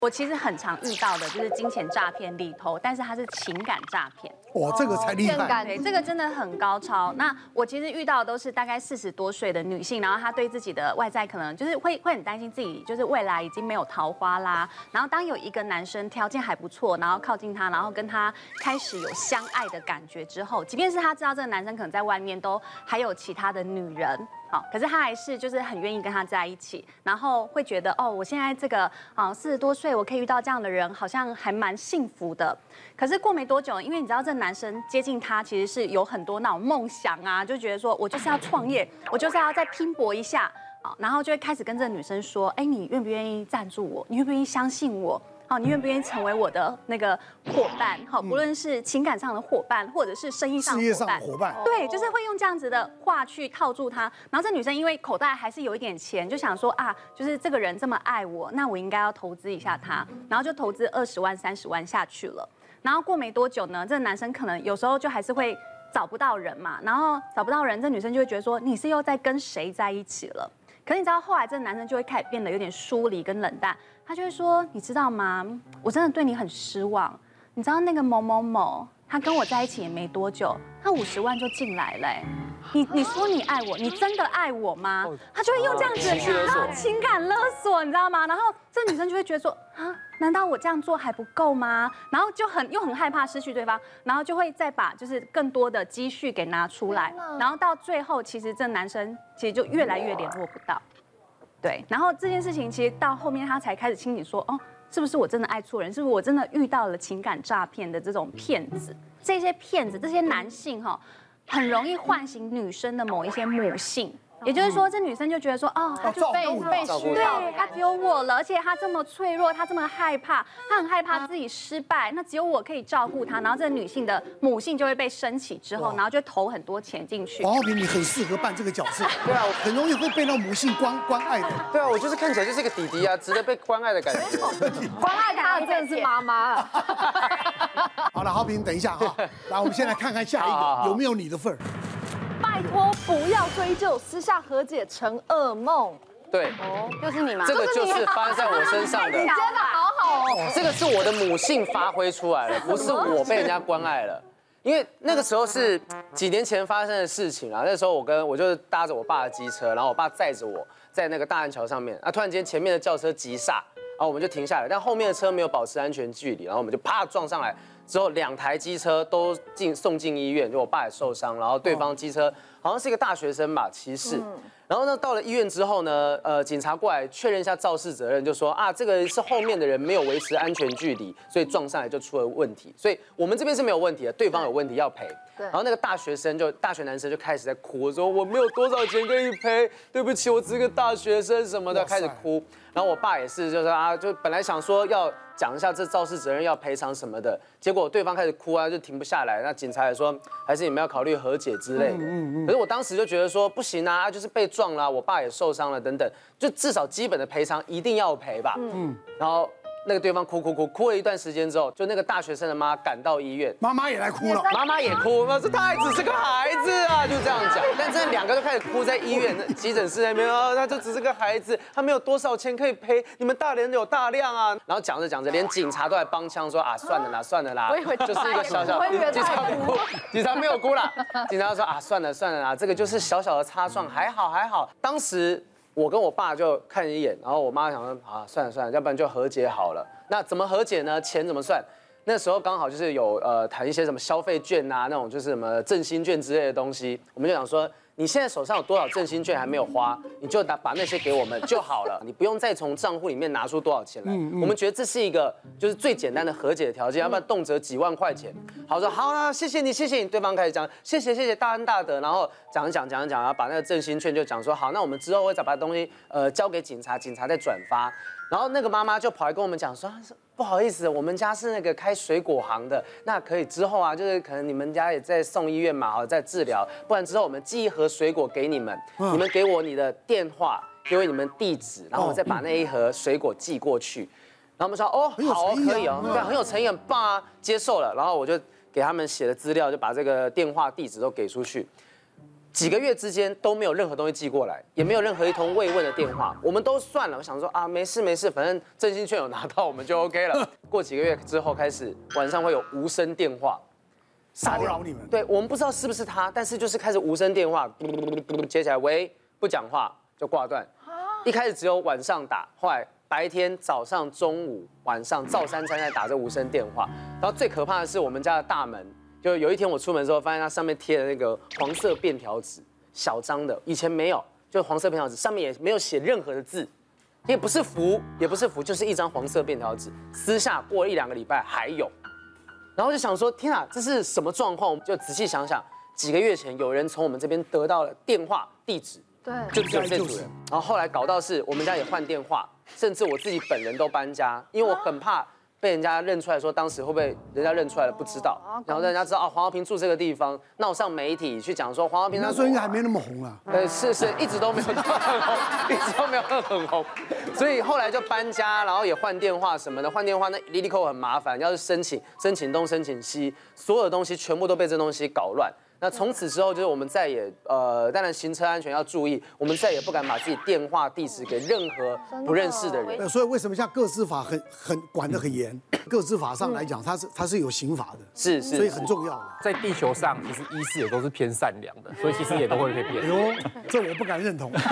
我其实很常遇到的就是金钱诈骗里头，但是它是情感诈骗。 哦，这个才厉害。 对，这个真的很高超。那我其实遇到的都是大概40多岁的女性，然后她对自己的外在可能就是会很担心自己，就是未来已经没有桃花啦。然后当有一个男生条件还不错，然后靠近她，然后跟她开始有相爱的感觉之后，即便是她知道这个男生可能在外面都还有其他的女人。好，可是他还是就是很愿意跟他在一起，然后会觉得哦，我现在这个40多岁，我可以遇到这样的人，好像还蛮幸福的。可是过没多久，因为你知道这男生接近他其实是有很多那种梦想啊，就觉得说我就是要创业，我就是要再拼搏一下，好，然后就会开始跟这个女生说，哎，你愿不愿意赞助我？你愿不愿意相信我？好，你愿不愿意成为我的那个伙伴？好，不论是情感上的伙伴，或者是生意上的伙伴，对，就是会用这样子的话去套住他。然后这女生因为口袋还是有一点钱，就想说啊，就是这个人这么爱我，那我应该要投资一下他，然后就投资20万、30万下去了。然后过没多久呢，这个男生可能有时候就还是会找不到人嘛，然后找不到人，这女生就会觉得说你是又在跟谁在一起了？可是你知道后来这个男生就会开始变得有点疏离跟冷淡。他就会说，你知道吗？我真的对你很失望。你知道那个某某某，他跟我在一起也没多久，他50万就进来了。你说你爱我，你真的爱我吗？他就会用这样子，然后情感勒索，你知道吗？然后这女生就会觉得说，啊，难道我这样做还不够吗？然后就又很害怕失去对方，然后就会再把就是更多的积蓄给拿出来，然后到最后，其实这男生其实就越来越联络不到。对，然后这件事情其实到后面他才开始清醒说，哦，是不是我真的爱错人？是不是我真的遇到了情感诈骗的这种骗子？这些骗子，这些男性哈，很容易唤醒女生的某一些母性。也就是说，这女生就觉得说，哦，她就被需要，对，她只有我了，而且她这么脆弱，她这么害怕，她很害怕自己失败，那只有我可以照顾她，然后这个女性的母性就会被升起之后，然后就投很多钱进去。 黄浩平，你很适合扮这个角色，对啊，很容易会被那母性关爱的。 对啊，我就是看起来就是一个弟弟啊，值得被关爱的感觉。 关爱他的真的是妈妈。 好了，浩平，等一下哈，来，我们先来看看下一个有没有你的份儿。 拜托不要追究，私下和解成噩梦。 对， 就是你吗？ 这个就是发生在我身上的。 你接的好好哦。 这个是我的母性发挥出来了，不是我被人家关爱了。因为那个时候是几年前发生的事情啊。那时候我就是搭着我爸的机车，然后我爸载着我在那个大安桥上面，突然间前面的轿车急刹，然后我们就停下来，但后面的车没有保持安全距离，然后我们就啪撞上来。之后2台机车都送进医院，就我爸也受伤，然后对方机车好像是一个大学生吧，骑士。然后呢，到了医院之后呢，警察过来确认一下肇事责任，就说啊，这个是后面的人没有维持安全距离，所以撞上来就出了问题。所以我们这边是没有问题的，对方有问题要赔。然后那个大学男生就开始在哭，说我没有多少钱可以赔，对不起，我只是个大学生什么的，开始哭。然后我爸也是，就是啊，就本来想说要讲一下这肇事责任要赔偿什么的，结果对方开始哭啊，就停不下来。那警察也说，还是你们要考虑和解之类的。可是我当时就觉得说，不行啊，就是被撞了，我爸也受伤了，等等，就至少基本的赔偿一定要赔吧。然后那个对方哭了一段时间之后，就那个大学生的妈赶到医院， 妈妈也来哭了， 妈妈也哭，说他还只是个孩子啊，就这样讲。但这2个就开始哭，在医院急诊室那边啊，他就只是个孩子，他没有多少钱可以赔，你们大人有大量啊。然后讲着，连警察都来帮腔说啊，算了啦，就是一个小小，警察不哭，警察没有哭啦，警察说啊，算了啦，这个就是小小的擦撞，还好。当时我跟我爸就看一眼，然后我妈想说啊，算了，要不然就和解好了。那怎么和解呢？钱怎么算？那时候刚好就是有谈一些什么消费券啊，那种就是什么振兴券之类的东西，我们就想说，你现在手上有多少振兴券还没有花，你就把那些给我们就好了，你不用再从账户里面拿出多少钱来。我们觉得这是一个就是最简单的和解的条件，要不然动辄几万块钱。好，说好啦，谢谢你。对方开始讲谢谢大恩大德，然后讲，然后把那个振兴券就讲说好，那我们之后会再把东西交给警察再转发。然后那个妈妈就跑来跟我们讲说，不好意思，我们家是那个开水果行的，那可以之后啊，就是可能你们家也在送医院嘛，好在治疗，不然之后我们寄1盒水果给你们，你们给我你的电话，给我你们地址，然后我再把那1盒水果寄过去。然后我们说哦，好哦，可以哦，对，很有诚意，很棒啊，接受了。然后我就给他们写了资料，就把这个电话地址都给出去。 几个月之间都没有任何东西寄过来，也没有任何一通慰问的电话，我们都算了，我想说啊，没事没事，反正振兴券有拿到，我们就 OK 了。过几个月之后开始晚上会有无声电话骚扰你们。 对，我们不知道是不是他，但是就是开始无声电话，接起来，喂，不讲话就挂断。一开始只有晚上打，后来白天、早上、中午、晚上照三餐在打这无声电话。然后最可怕的是我们家的大门。就有一天我出门之后，发现它上面贴的那个黄色便条纸，小张的，以前没有，就是黄色便条纸，上面也没有写任何的字，也不是符，就是一张黄色便条纸。私下过了1、2个礼拜还有，然后就想说，天啊，这是什么状况？就仔细想想，几个月前有人从我们这边得到了电话地址， 对， 就只有这组人。然后后来搞到是我们家也换电话，甚至我自己本人都搬家，因为我很怕。被人家认出来说，当时会不会人家认出来了不知道，然后人家知道啊，黄豪平住这个地方，闹上媒体去讲说黄豪平那时候应该还没那么红啊。 是一直都没有到很红，一直都没有很红，所以后来就搬家，然后也换电话什么的，换电话那哩哩扣很麻烦，要是申请东申请西，所有的东西全部都被这东西搞乱。那从此之后，就是我们再也当然行车安全要注意，我们再也不敢把自己电话地址给任何不认识的人。 所以为什么像个资法很管得很严？个资法上来讲，它是有刑法的， 是， 所以很重要的。 在地球上，其实医师也都是偏善良的，所以其实也都会被骗。 哎呦，这我不敢认同。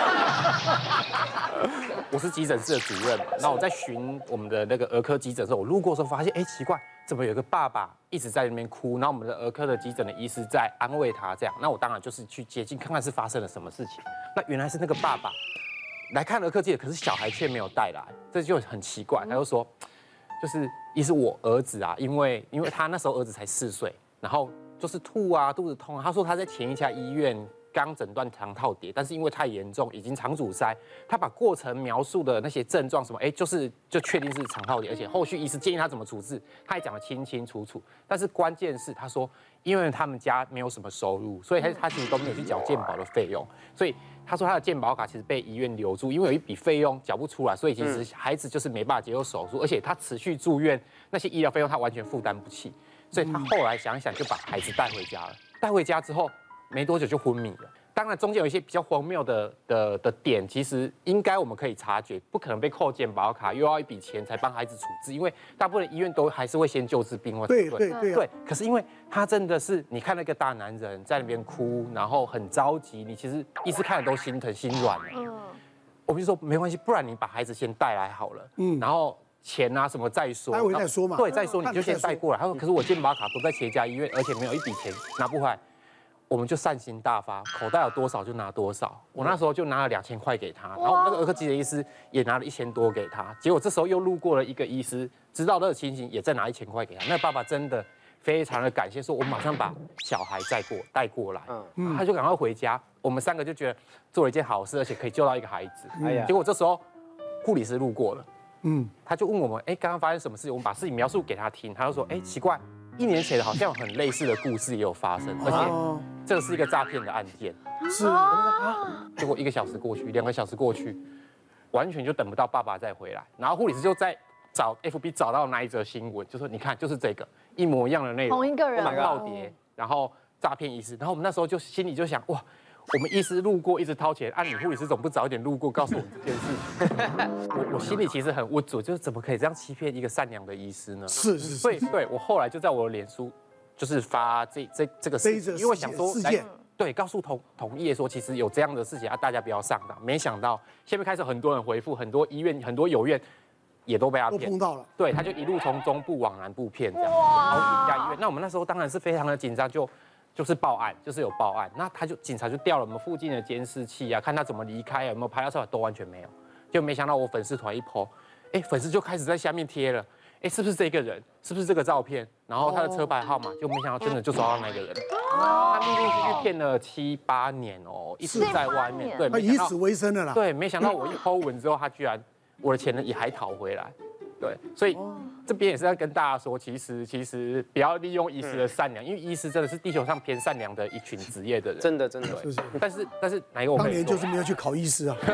我是急诊室的主任，那我在巡我们的那个儿科急诊的时候，我路过的时候发现，哎，奇怪，怎么有个爸爸一直在那边哭？然后我们的儿科的急诊的医师在安慰他，这样。那我当然就是去接近，看看是发生了什么事情。那原来是那个爸爸来看儿科急诊，可是小孩却没有带来，这就很奇怪。他就说，就是医师我儿子啊，因为他那时候儿子才4岁，然后就是吐啊，肚子痛啊。他说他在前一家医院。刚诊断肠套叠，但是因为太严重，已经肠阻塞，他把过程描述的那些症状什么，就确定是肠套叠，而且后续医师建议他怎么处置，他也讲得清清楚楚。但是关键是他说，因为他们家没有什么收入，所以他其实都没有去缴健保的费用，所以他说他的健保卡其实被医院留住，因为有一笔费用缴不出来，所以其实孩子就是没办法接受手术，而且他持续住院，那些医疗费用他完全负担不起，所以他后来想一想就把孩子带回家了。带回家之后。没多久就昏迷了。当然，中间有一些比较荒谬的点，其实应该我们可以察觉，不可能被扣健保卡，又要一笔钱才帮孩子处置，因为大部分医院都还是会先救治病患。对。可是因为他真的是，你看那个大男人在那边哭，然后很着急，你其实医师看了都心疼心软了。我们就说没关系，不然你把孩子先带来好了。然后。钱啊什么再说， 待会再说嘛。 对，再说你就先带过来。他说，可是我健保卡都在其他家医院，而且没有一笔钱拿不回来。我们就善心大发，口袋有多少就拿多少。我那时候就拿了2000块给他，然后那个儿科急诊医师也拿了1000多给他。结果这时候又路过了一个医师，知道这个情形，也再拿1000块给他。那爸爸真的非常的感谢，说我马上把小孩带过来，他就赶快回家。我们3个就觉得做了一件好事，而且可以救到一个孩子。结果这时候护理师路过了。他就问我们，刚刚发生什么事？我们把事情描述给他听，他就说，奇怪，1年前好像有很类似的故事也有发生，而且这个是一个诈骗的案件。 是， 结果1个小时过去，2个小时过去，完全就等不到爸爸再回来。然后护理师就在找 FB 找到那一则新闻，就说你看，就是这个一模一样的内容， 同一个人， 套叠，然后诈骗医师。然后我们那时候就心里就想，哇。我们医师路过一直掏钱，你护理师总不早一点路过告诉我们这件事情？我心里其实很无助，就是怎么可以这样欺骗一个善良的医师呢？ 是。 所以对我后来就在我的脸书就是发这个事情，因为我想说对，告诉同业说其实有这样的事情大家不要上当。没想到下面开始很多人回复，很多医院很多有院也都被他骗， 都碰到了。 对，他就一路从中部往南部骗这样，好几家医院。那我们那时候当然是非常的紧张，就是报案，就是有报案，那警察就调了我们附近的监视器啊，看他怎么离开，有没有拍到车，都完全没有。就没想到我粉丝团一 po， 粉丝就开始在下面贴了，是不是这个人？是不是这个照片？然后他的车牌号码，就没想到真的就抓到那个人。他陆陆续续骗了7、8年哦，一直在外面，对， 他以此为生的啦。 对，没想到我一 po 文之后，他居然我的钱呢也还讨回来。对，所以这边也是要跟大家说，其实不要利用医师的善良，因为医师真的是地球上偏善良的一群职业的人， 真的。 但是哪一个我当年就是没有去考医师啊。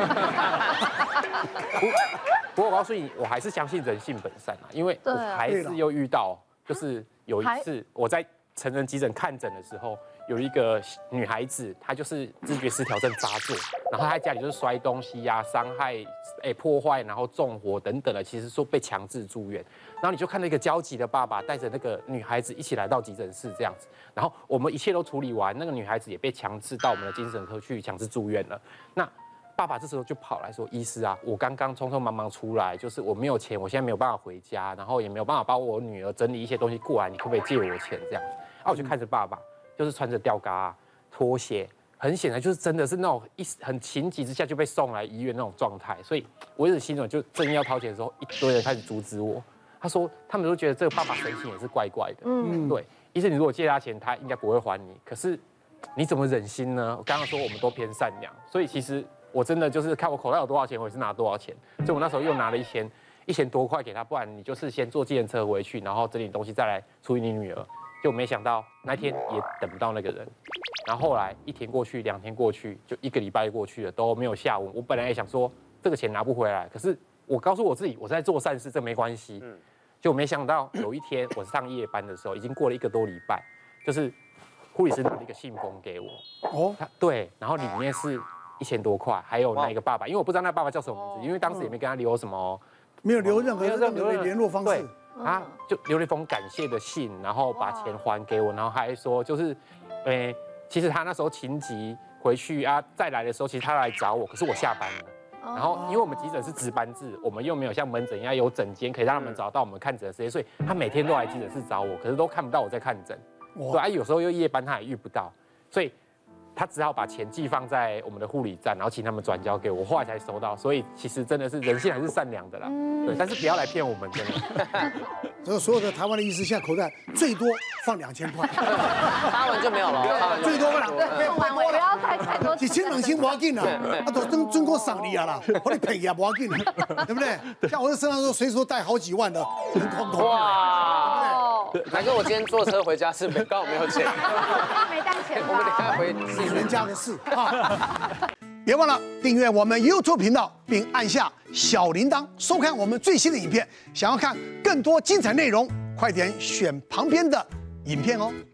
不过我告诉你，我还是相信人性本善啊，因为我还是又遇到，就是有一次我在成人急诊看诊的时候， 有一个女孩子，她就是知觉失调症发作，然后她在家里就是摔东西呀、伤害、破坏，然后纵火等等的，其实说被强制住院。然后你就看到一个焦急的爸爸带着那个女孩子一起来到急诊室这样子，然后我们一切都处理完，那个女孩子也被强制到我们的精神科去强制住院了。那爸爸这时候就跑来说：“医师啊，我刚刚匆匆忙忙出来，就是我没有钱，我现在没有办法回家，然后也没有办法帮我女儿整理一些东西过来，你可不可以借我钱这样子？”啊，我就看着爸爸，就是穿着吊嘎、拖鞋，很显然就是真的是那种很情急之下就被送来医院那种状态。所以我一直心中就正要掏钱的时候，一堆人开始阻止我。他说他们都觉得这个爸爸神情也是怪怪的。对，医生你如果借他钱，他应该不会还你，可是你怎么忍心呢？我刚刚说我们都偏善良，所以其实。我真的就是看我口袋有多少钱，我也是拿多少钱。所以我那时候又拿了1000多块给他，不然你就是先坐计程车回去，然后整理东西再来处理你女儿。就没想到那天也等不到那个人。然后后来1天过去，2天过去，就1个礼拜过去了，都没有下文。我本来也想说这个钱拿不回来，可是我告诉我自己我在做善事，这没关系。就没想到有一天我上夜班的时候，已经过了1个多礼拜，就是护理师拿了一个信封给我。哦，对，然后里面是1000多块，还有那个爸爸，因为我不知道那爸爸叫什么名字，因为当时也没跟他留什么， 没有留任何联络方式。 对，他就留了一封感谢的信，然后把钱还给我，然后还说就是，其实他那时候情急回去啊，再来的时候其实他来找我，可是我下班了。然后因为我们急诊是值班制，我们又没有像门诊一样有诊间可以让他们找到我们看诊的时间，所以他每天都来急诊室找我，可是都看不到我在看诊。对啊，有时候又夜班他也遇不到，所以。他只好把钱寄放在我们的护理站，然后请他们转交给我，后来才收到。所以其实真的是人性还是善良的啦，对，但是不要来骗我们，真的。 这个所有的台湾的医师现在口袋最多放2000块， 发完就没有了， 最多了， 不要太多。 1000、2000不要紧啦，都准过赏你啊啦，我你赔也不要紧，对不对？像我的身上都随时带好几万的，很空空。哇！ 南哥，我今天坐车回家是刚好没有钱， 没带钱。 我们等下回是人家的事啊！别忘了订阅我们 YouTube 频道，并按下小铃铛，收看我们最新的影片。想要看更多精彩内容，快点选旁边的影片哦。